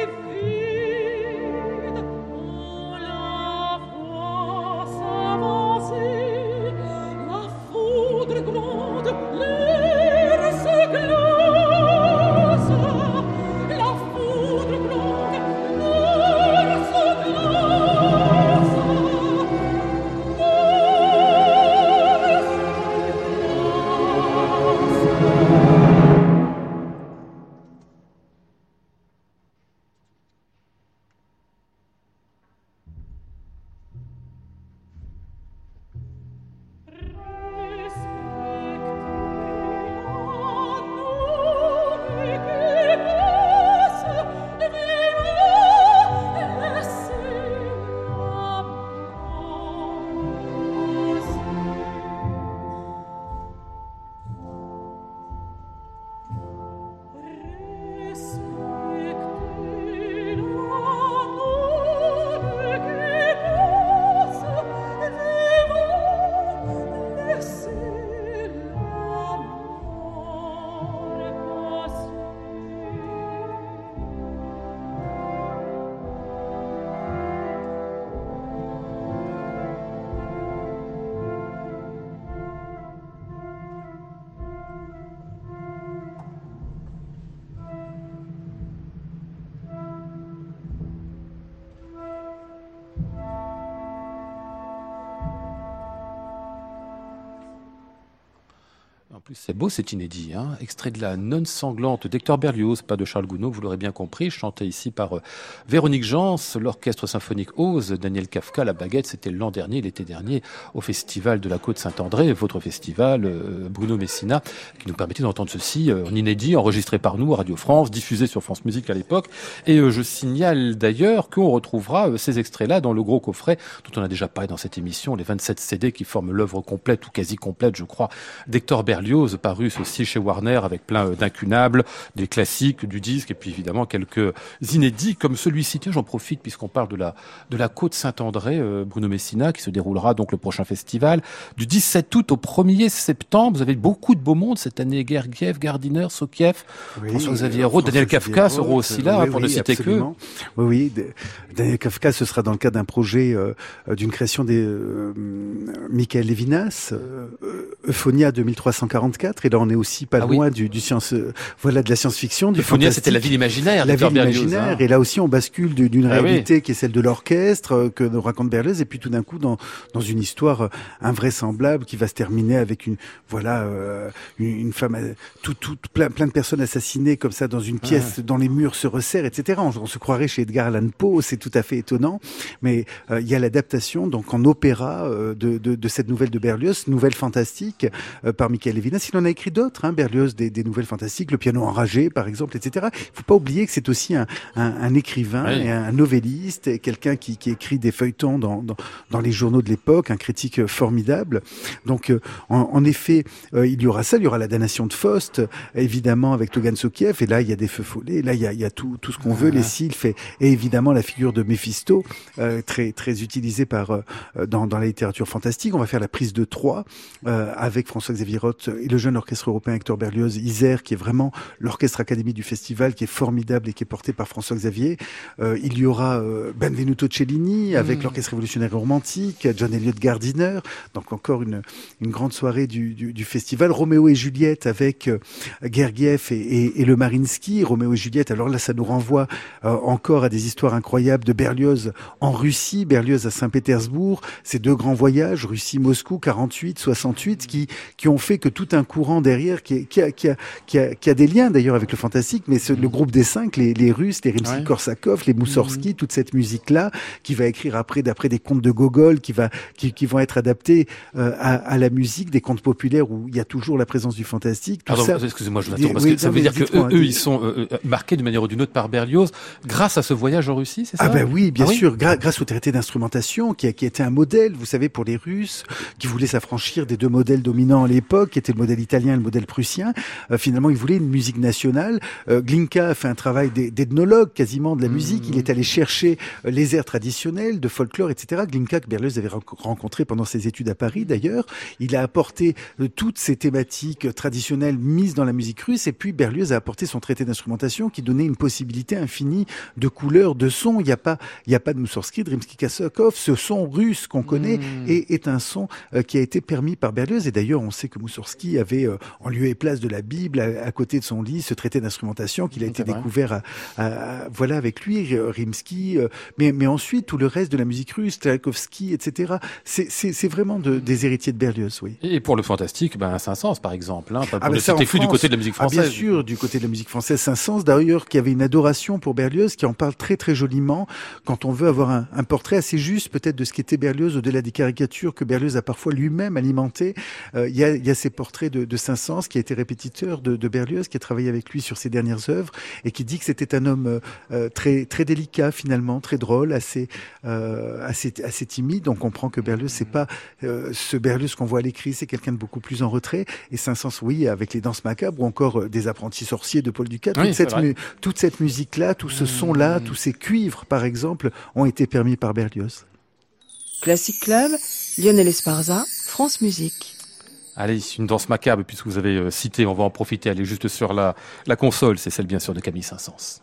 C'est beau, c'est inédit. Hein. Extrait de la Nonne sanglante d'Hector Berlioz, pas de Charles Gounod, vous l'aurez bien compris, chanté ici par Véronique Jans, l'orchestre symphonique Ose, Daniel Kafka, la baguette, c'était l'été dernier, au festival de la Côte-Saint-André, votre festival, Bruno Messina, qui nous permettait d'entendre ceci en inédit, enregistré par nous à Radio France, diffusé sur France Musique à l'époque. Et je signale d'ailleurs qu'on retrouvera ces extraits-là dans le gros coffret dont on a déjà parlé dans cette émission, les 27 CD qui forment l'œuvre complète ou quasi complète, je crois, d'Hector Berlioz, paru aussi chez Warner avec plein d'incunables, des classiques du disque et puis évidemment quelques inédits comme celui-ci. Tiens, j'en profite puisqu'on parle de la Côte-Saint-André, Bruno Messina, qui se déroulera donc le prochain festival du 17 août au 1er septembre. Vous avez beaucoup de beau monde cette année, Gergiev, Gardiner, Sokiev, François-Xavier Hérault, Daniel Kafka seront aussi là, pour ne citer que. Oui, Daniel Kafka, ce sera dans le cadre d'un projet d'une création des Michael Levinas, Euphonia 2344. Et là, on est aussi pas loin du science, de la science-fiction, du Euphonia, c'était la ville imaginaire. La ville imaginaire. Et là aussi, on bascule d'une réalité qui est celle de l'orchestre que nous raconte Berlioz, et puis tout d'un coup, dans une histoire invraisemblable qui va se terminer avec une femme, plein de personnes assassinées comme ça dans une pièce, dont les murs se resserrent, etc. On se croirait chez Edgar Allan Poe, c'est tout à fait étonnant. Mais il y a l'adaptation donc en opéra de cette nouvelle de Berlioz, nouvelle fantastique par Michael Levinas. Il en a écrit d'autres, Berlioz, des nouvelles fantastiques, Le piano enragé, par exemple, etc. Il faut pas oublier que c'est aussi un écrivain et un novelliste, et quelqu'un qui écrit des feuilletons dans les journaux de l'époque, un critique formidable. Donc, en effet, il y aura ça, il y aura la damnation de Faust, évidemment, avec Togan Sokiev, et là, il y a des feux follets, là, il y a tout ce qu'on veut, les sylphes, et évidemment, la figure de Méphisto, très, très utilisée dans la littérature fantastique. On va faire la prise de Troie, avec François-Xavier Roth et le jeune orchestre européen Hector Berlioz, Isère, qui est vraiment l'orchestre académique du festival, qui est formidable et qui est porté par François-Xavier. Il y aura Benvenuto Cellini avec l'orchestre révolutionnaire romantique, John Eliot Gardiner, donc encore une grande soirée du festival. Roméo et Juliette avec Gergiev et le Mariinsky. Roméo et Juliette, alors là, ça nous renvoie encore à des histoires incroyables de Berlioz en Russie, Berlioz à Saint-Pétersbourg, ces deux grands voyages, Russie-Moscou, 48, 68, qui ont fait que tout un courant derrière qui a des liens d'ailleurs avec le fantastique, mais le groupe des cinq, les Russes, les Rimsky-Korsakov, les Moussorgsky, toute cette musique-là, qui va écrire après d'après des contes de Gogol, qui vont être adaptés à la musique, des contes populaires où il y a toujours la présence du fantastique. Tout ça. Excusez-moi, je m'attends, parce que ça veut dire que eux, ils sont marqués d'une manière ou d'une autre par Berlioz, grâce à ce voyage en Russie, c'est ça? Ah ben oui, bien sûr, grâce au traité d'instrumentation, qui était un modèle, vous savez, pour les Russes, qui voulaient s'affranchir des deux modèles dominants à l'époque, qui étaient le modèle italien et le modèle prussien. Finalement, ils voulaient une musique nationale. Glinka a fait un travail d'ethnologue quasiment de la musique. Il est allé chercher les airs traditionnels, de folklore, etc. Glinka, que Berlioz avait rencontré pendant ses études à Paris d'ailleurs. Il a apporté toutes ces thématiques traditionnelles mises dans la musique russe, et puis Berlioz a apporté son traité d'instrumentation qui donnait une possibilité infinie de couleurs, de sons. Il n'y a pas de Moussorgsky, de Rimsky-Korsakov. Ce son russe qu'on connaît est un son qui a été permis par Berlioz. Et d'ailleurs, on sait que Moussorgsky avait en lieu et place de la Bible à côté de son lit ce traité d'instrumentation qu'il a été découvert avec lui, Rimsky, mais ensuite tout le reste de la musique russe, Tchaïkovski, etc. C'est vraiment des héritiers de Berlioz, oui. Et pour le fantastique, Saint-Saëns par exemple, c'était plus du côté de la musique française. Bien sûr, du côté de la musique française, Saint-Saëns d'ailleurs qui avait une adoration pour Berlioz, qui en parle très très joliment quand on veut avoir un portrait assez juste peut-être de ce qu'était Berlioz au-delà des caricatures que Berlioz a parfois lui-même alimentées. Il y a ces portraits de Saint-Saëns qui a été répétiteur de Berlioz, qui a travaillé avec lui sur ses dernières œuvres et qui dit que c'était un homme très très délicat finalement, très drôle, assez timide. On comprend que Berlioz c'est pas ce Berlioz qu'on voit à l'écrit, c'est quelqu'un de beaucoup plus en retrait. Et Saint-Saëns, oui, avec les danses macabres ou encore des apprentis sorciers de Paul Dukas, toute cette musique-là, tout ce son-là, tous ces cuivres par exemple, ont été permis par Berlioz. Classic Club, Lionel Esparza, France Musique. Allez, une danse macabre, puisque vous avez cité, on va en profiter, elle est juste sur la console, c'est celle bien sûr de Camille Saint-Saëns.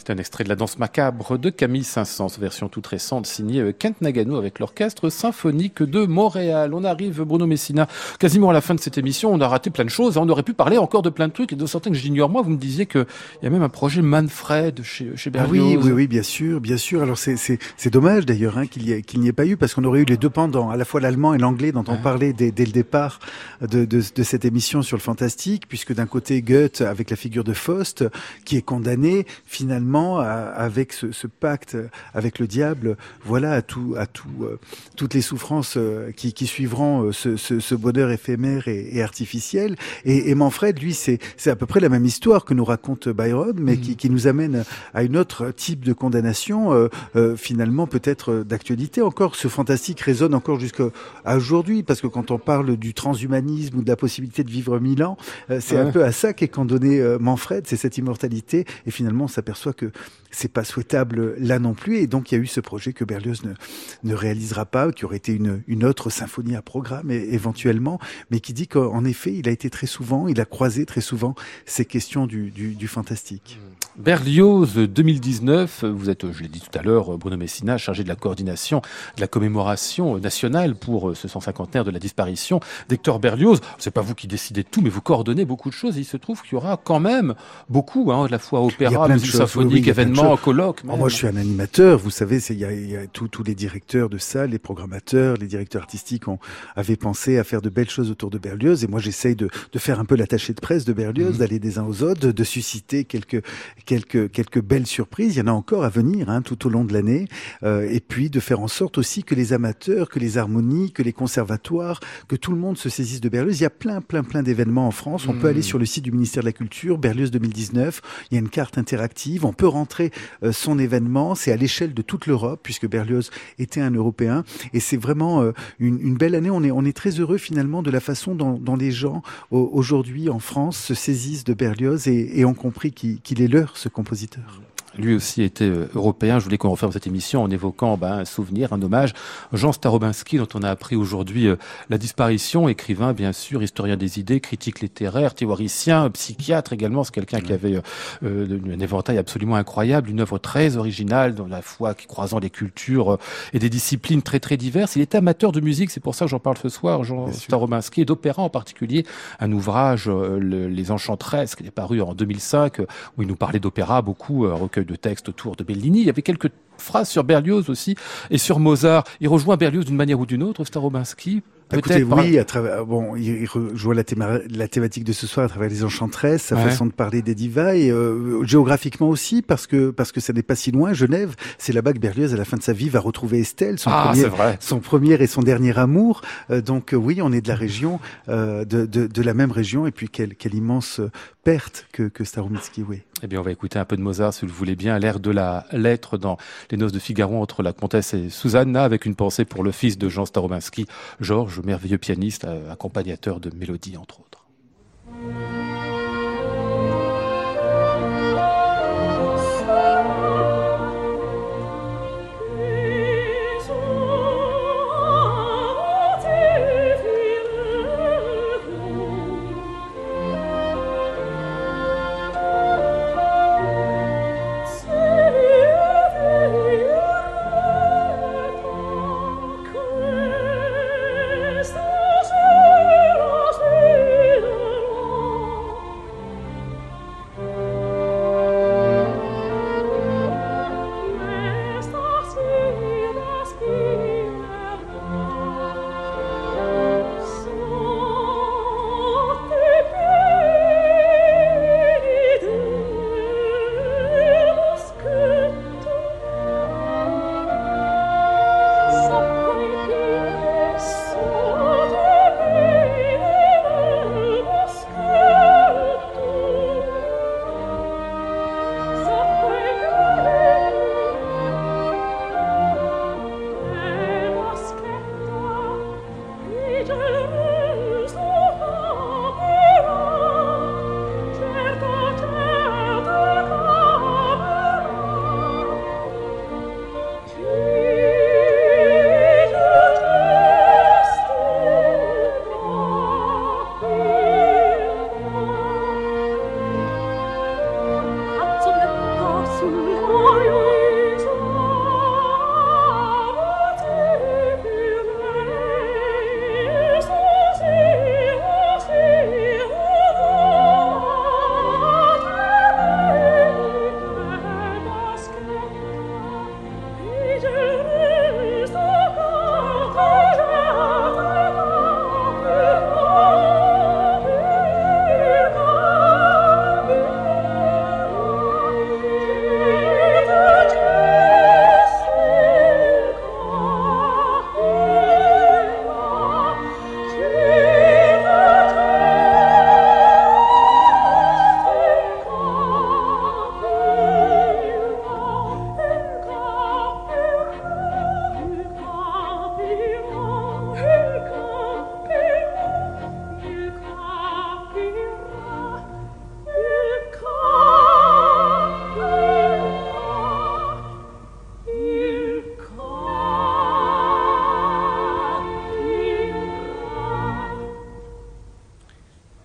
C'est un extrait de La danse macabre de Camille Saint-Saëns, version toute récente signée Kent Nagano avec l'Orchestre symphonique de Montréal. On arrive, Bruno Messina, quasiment à la fin de cette émission. On a raté plein de choses. On aurait pu parler encore de plein de trucs et de certains que j'ignore. Moi, vous me disiez qu'il y a même un projet Manfred chez Berlioz. Ah oui, bien sûr. Alors c'est dommage d'ailleurs qu'il n'y ait pas eu, parce qu'on aurait eu les deux pendants, à la fois l'allemand et l'anglais dont on parlait dès le départ de cette émission sur le fantastique, puisque d'un côté Goethe avec la figure de Faust qui est condamné finalement avec ce pacte avec le diable, voilà, à toutes les souffrances qui suivront ce bonheur éphémère et artificiel. Et Manfred, lui, c'est à peu près la même histoire que nous raconte Byron, mais qui nous amène à une autre type de condamnation, finalement peut-être d'actualité encore. Ce fantastique résonne encore jusqu'à aujourd'hui, parce que quand on parle du transhumanisme ou de la possibilité de vivre 1000 ans, c'est un peu à ça qu'est condamné Manfred, c'est cette immortalité. Et finalement, on s'aperçoit que c'est pas souhaitable là non plus. Et donc, il y a eu ce projet que Berlioz ne réalisera pas, qui aurait été une autre symphonie à programme éventuellement, mais qui dit qu'en effet, il a croisé très souvent ces questions du fantastique. Berlioz 2019, vous êtes, je l'ai dit tout à l'heure, Bruno Messina, chargé de la coordination de la commémoration nationale pour ce 150aire de la disparition d'Hector Berlioz. C'est pas vous qui décidez de tout, mais vous coordonnez beaucoup de choses. Et il se trouve qu'il y aura quand même beaucoup, à la fois opéra, musique symphonique, événements, colloques. Moi, je suis un animateur. Vous savez, il y a tous les directeurs de salles, les programmateurs, les directeurs artistiques avaient pensé à faire de belles choses autour de Berlioz. Et moi, j'essaye de faire un peu l'attaché de presse de Berlioz, d'aller des uns aux autres, de susciter quelques belles surprises. Il y en a encore à venir tout au long de l'année. Et puis de faire en sorte aussi que les amateurs, que les harmonies, que les conservatoires, que tout le monde se saisisse de Berlioz. Il y a plein d'événements en France. On peut aller sur le site du ministère de la Culture, Berlioz 2019. Il y a une carte interactive. On peut rentrer son événement. C'est à l'échelle de toute l'Europe, puisque Berlioz était un Européen. Et c'est vraiment une belle année. On est très heureux finalement de la façon dont les gens aujourd'hui en France se saisissent de Berlioz et ont compris qu'il est leur, ce compositeur. Lui aussi était européen. Je voulais qu'on referme cette émission en évoquant un souvenir, un hommage. Jean Starobinski, dont on a appris aujourd'hui la disparition, écrivain bien sûr, historien des idées, critique littéraire, théoricien, psychiatre également. C'est quelqu'un qui avait un éventail absolument incroyable, une œuvre très originale, dans la foi qui croisant les cultures et des disciplines très très diverses. Il était amateur de musique, c'est pour ça que j'en parle ce soir, Jean Starobinski, et d'opéra en particulier. Un ouvrage, Les Enchantresses, qui est paru en 2005, où il nous parlait d'opéra beaucoup, recueil de textes autour de Bellini. Il y avait quelques phrases sur Berlioz aussi et sur Mozart. Il rejoint Berlioz d'une manière ou d'une autre, Starobinski. Écoutez, oui, à travers, il rejoint la thématique de ce soir à travers les Enchantresses, sa façon de parler des divas, et géographiquement aussi, parce que ça n'est pas si loin. Genève, c'est là-bas que Berlioz, à la fin de sa vie, va retrouver Estelle, son premier et son dernier amour. Donc oui, on est de la région, de la même région, et puis quelle immense perte que Starobinski, oui. Eh bien, on va écouter un peu de Mozart, si vous le voulez bien, l'air de la lettre dans Les Noces de Figaro entre la comtesse et Susanna, avec une pensée pour le fils de Jean Starobinski, Georges, merveilleux pianiste, accompagnateur de mélodies, entre autres. Questa sera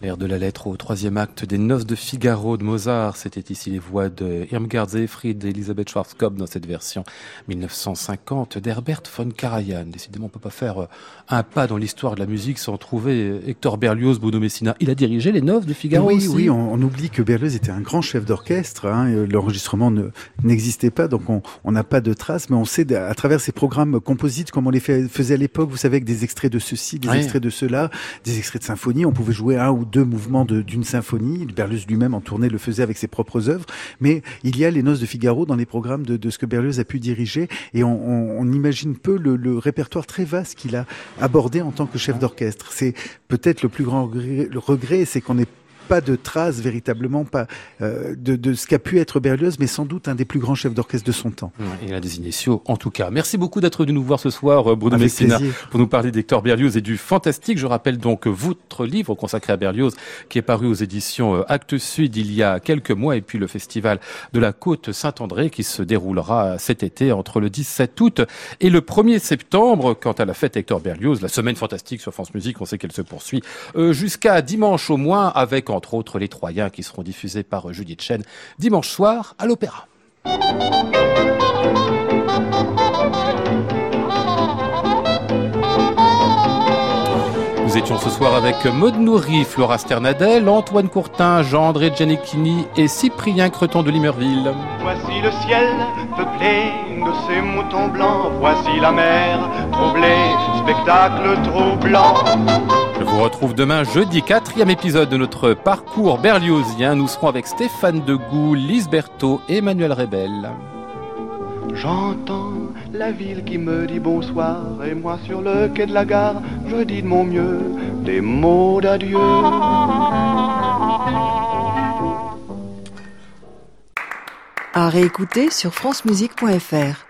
L'air de la lettre au troisième acte des Noces de Figaro de Mozart. C'était ici les voix de Irmgard Seyfried et Elisabeth Schwarzkopf dans cette version 1950 d'Herbert von Karajan. Décidément, on peut pas faire un pas dans l'histoire de la musique sans trouver Hector Berlioz, Bruno Messina. Il a dirigé les Noces de Figaro aussi. Oui, on oublie que Berlioz était un grand chef d'orchestre. L'enregistrement n'existait pas, donc on n'a pas de traces, mais on sait à travers ces programmes composites, comme on les faisait à l'époque, vous savez, avec des extraits de ceci, des extraits de cela, des extraits de symphonie. On pouvait jouer un ou deux mouvements d'une symphonie. Berlioz lui-même en tournée le faisait avec ses propres œuvres. Mais il y a les Noces de Figaro dans les programmes de ce que Berlioz a pu diriger. Et on imagine peu le répertoire très vaste qu'il a abordé en tant que chef d'orchestre. C'est peut-être le plus grand regret, c'est qu'on n'ait pas de traces véritablement de ce qu'a pu être Berlioz, mais sans doute un des plus grands chefs d'orchestre de son temps. Et l'un des initiaux, en tout cas. Merci beaucoup d'être venu nous voir ce soir, Bruno Messina, pour nous parler d'Hector Berlioz et du fantastique. Je rappelle donc votre livre consacré à Berlioz, qui est paru aux éditions Actes Sud il y a quelques mois, et puis le festival de la Côte Saint-André qui se déroulera cet été entre le 17 août et le 1er septembre. Quant à la fête Hector Berlioz, la semaine fantastique sur France Musique, on sait qu'elle se poursuit jusqu'à dimanche au moins, avec entre autres les Troyens qui seront diffusés par Judith Chen dimanche soir à l'Opéra. Nous étions ce soir avec Maud Nourri, Flora Sternadel, Antoine Courtin, Jean-André Giannichini et Cyprien Creton de Limerville. Voici le ciel peuplé de ces moutons blancs, voici la mer troublée, spectacle troublant. Je vous retrouve demain jeudi, 4e épisode de notre parcours berliozien. Nous serons avec Stéphane Degout, Lise Berthaud et Emmanuel Rebel. J'entends la ville qui me dit bonsoir, et moi sur le quai de la gare, je dis de mon mieux des mots d'adieu. À réécouter sur francemusique.fr.